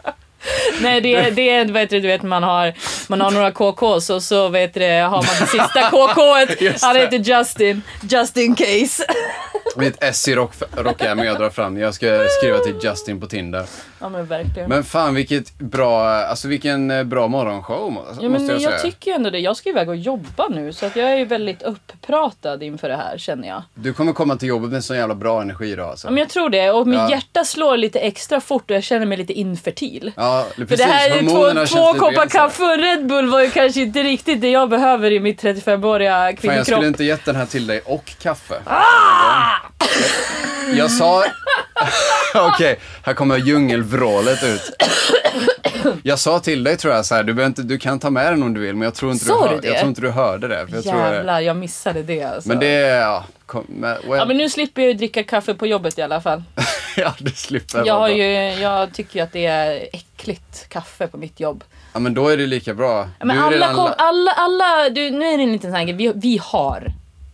Nej det, det är vad heter det, du vet man har, man har några K Ks och så vet det, har man det sista K K-et. Just Han det. heter Justin, Justin Case. Mitt S i rock, rockärm jag drar fram. Jag ska skriva till Justin på Tinder. Ja men verkligen. Men fan vilket bra, alltså vilken eh, bra morgonshow må- Ja, men måste jag, jag säga. tycker ju ändå det. Jag ska iväg och jobba nu så att jag är ju väldigt upppratad inför det här känner jag. Du kommer komma till jobbet med så jävla bra energi idag alltså. Ja, men jag tror det. Och mitt Ja. hjärta slår lite extra fort och jag känner mig lite infertil. Ja, För precis. det här är Hormonerna två, känns två lite koppar begränsade. kaffe och en Red Bull var ju kanske inte riktigt det jag behöver i mitt trettiofemåriga Fan, jag kvinnokropp. skulle inte gett den här till dig och kaffe. Ah! Jag sa... Okej, här kommer djungelvrålet ut. Jag sa till dig tror jag så här, du, behöver inte, du kan ta med den om du vill, men jag tror inte, Sa du, du hör, det? jag tror inte du hörde det. För jag tror det, Jävlar, jag missade det alltså. men det är... Ja, kom, men, well, Ja men nu slipper jag ju dricka kaffe på jobbet i alla fall. ja, det slipper Jag, har vara bra. ju, jag tycker ju att det är äckligt kaffe på mitt jobb. Ja, men då är det lika bra. Ja, men Du är alla, redan kom, la- alla, alla du, nu är det en liten sån här grej. vi, vi har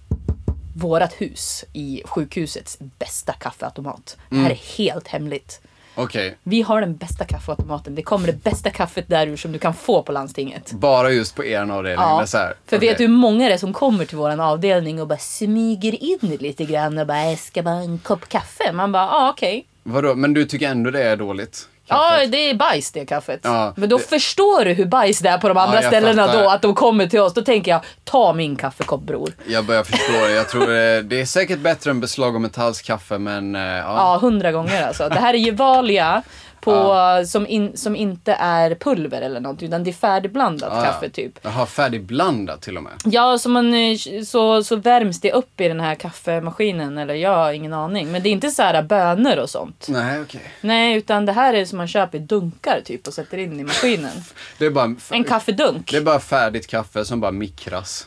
vårat hus i sjukhusets bästa kaffeautomat. Det här Mm. är helt hemligt. Okej, Vi har den bästa kaffeautomaten. Det kommer det bästa kaffet därur som du kan få på landstinget. bara just på er avdelning. Det Ja, är så här, för okej. vet du hur många det är som kommer till våran avdelning och bara smyger in lite grann och bara, jag ska bara en kopp kaffe. Man bara, ja ah, okej. Vadå? Men du tycker ändå det är dåligt? Ja, Kaffet? det är bajs det kaffet. Ja, Men då det- förstår du hur bajs det är på de andra jag ställena fattar. då, att de kommer till oss. Då tänker jag, ta min kaffekopp bror. Jag börjar förstå det. Jag tror det, det är säkert bättre än beslag och Metalls kaffe, men eh, ja. Ja, hundra gånger alltså. Det här är Gevalia på, som, in, som inte är pulver eller något, utan det är färdigblandat Ja, ja. kaffe typ. Jaha, färdigblandat till och med. Ja, så, man, eh, så, så värms det upp i den här kaffemaskinen, eller jag har ingen aning. Men det är inte så här bönor och sånt. Nej, okej. Nej, utan det här är som man köper i dunkar typ och sätter in i maskinen. Det är bara En kaffedunk. Det är bara färdigt kaffe som bara mikras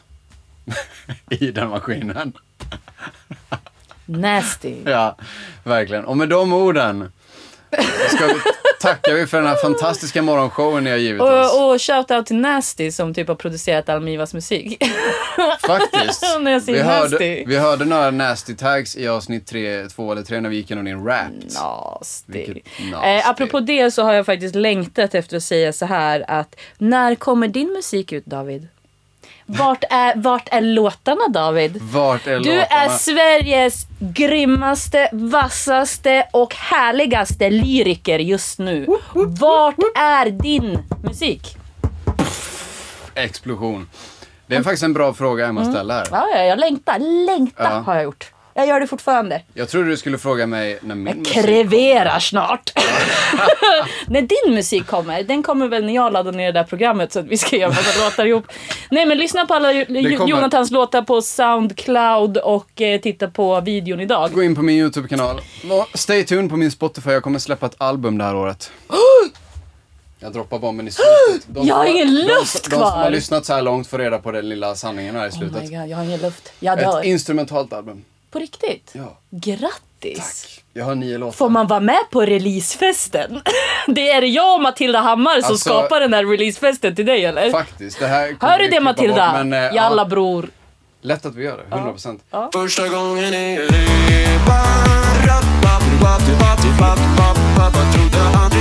i den maskinen. Nasty. Ja, verkligen. Och med de orden, Ska vi, tackar vi för den här fantastiska morgonshowen ni har givit oss. Och, och shoutout till Nasty som typ har producerat Almivas musik. Faktiskt. När jag säger vi, hörde, Nasty. vi hörde några Nasty tags i avsnitt tre, två eller tre när vi gick igenom din Wrapped. Nasty. Vilket nasty. Eh, apropå det så har jag faktiskt längtat efter att säga så här att när kommer din musik ut, David? Vart är, vart är låtarna, David? Vart är Du låtarna? är Sveriges grymmaste, vassaste och härligaste lyriker just nu. Vart är din musik? Explosion. Det är faktiskt en bra fråga jag måste ställa här. Ja, ja, jag längtar. Längta Ja. har jag gjort. Jag gör det fortfarande. Jag trodde du skulle fråga mig när min Jag musik kreverar snart. När din musik kommer, den kommer väl när jag laddar ner det där programmet så att vi ska göra massa låtar ihop. Nej, men lyssna på alla kommer. Jonathans låtar på Soundcloud och eh, titta på videon idag. Gå in på min YouTube-kanal. Stay tuned på min Spotify. Jag kommer släppa ett album det här året. Jag droppar bomben i slutet. De Jag har som- ingen de, luft de, de som har kvar. lyssnat så här långt får reda på den lilla sanningen här i Oh slutet. my God, jag har ingen luft. Jag dör. Ett instrumentalt album. På riktigt? Ja. Grattis. Tack. Jag har nio låtar. Får man vara med på releasefesten? Det är jag och Matilda Hammar som Alltså- skapar den här releasefesten till dig, eller? Faktiskt. Det här kommer Hör du vi det, klippa Matilda? bort, men, eh, Jalla, ja, bror. lätt att vi gör det. hundra procent. Första gången i Europa. Trodde han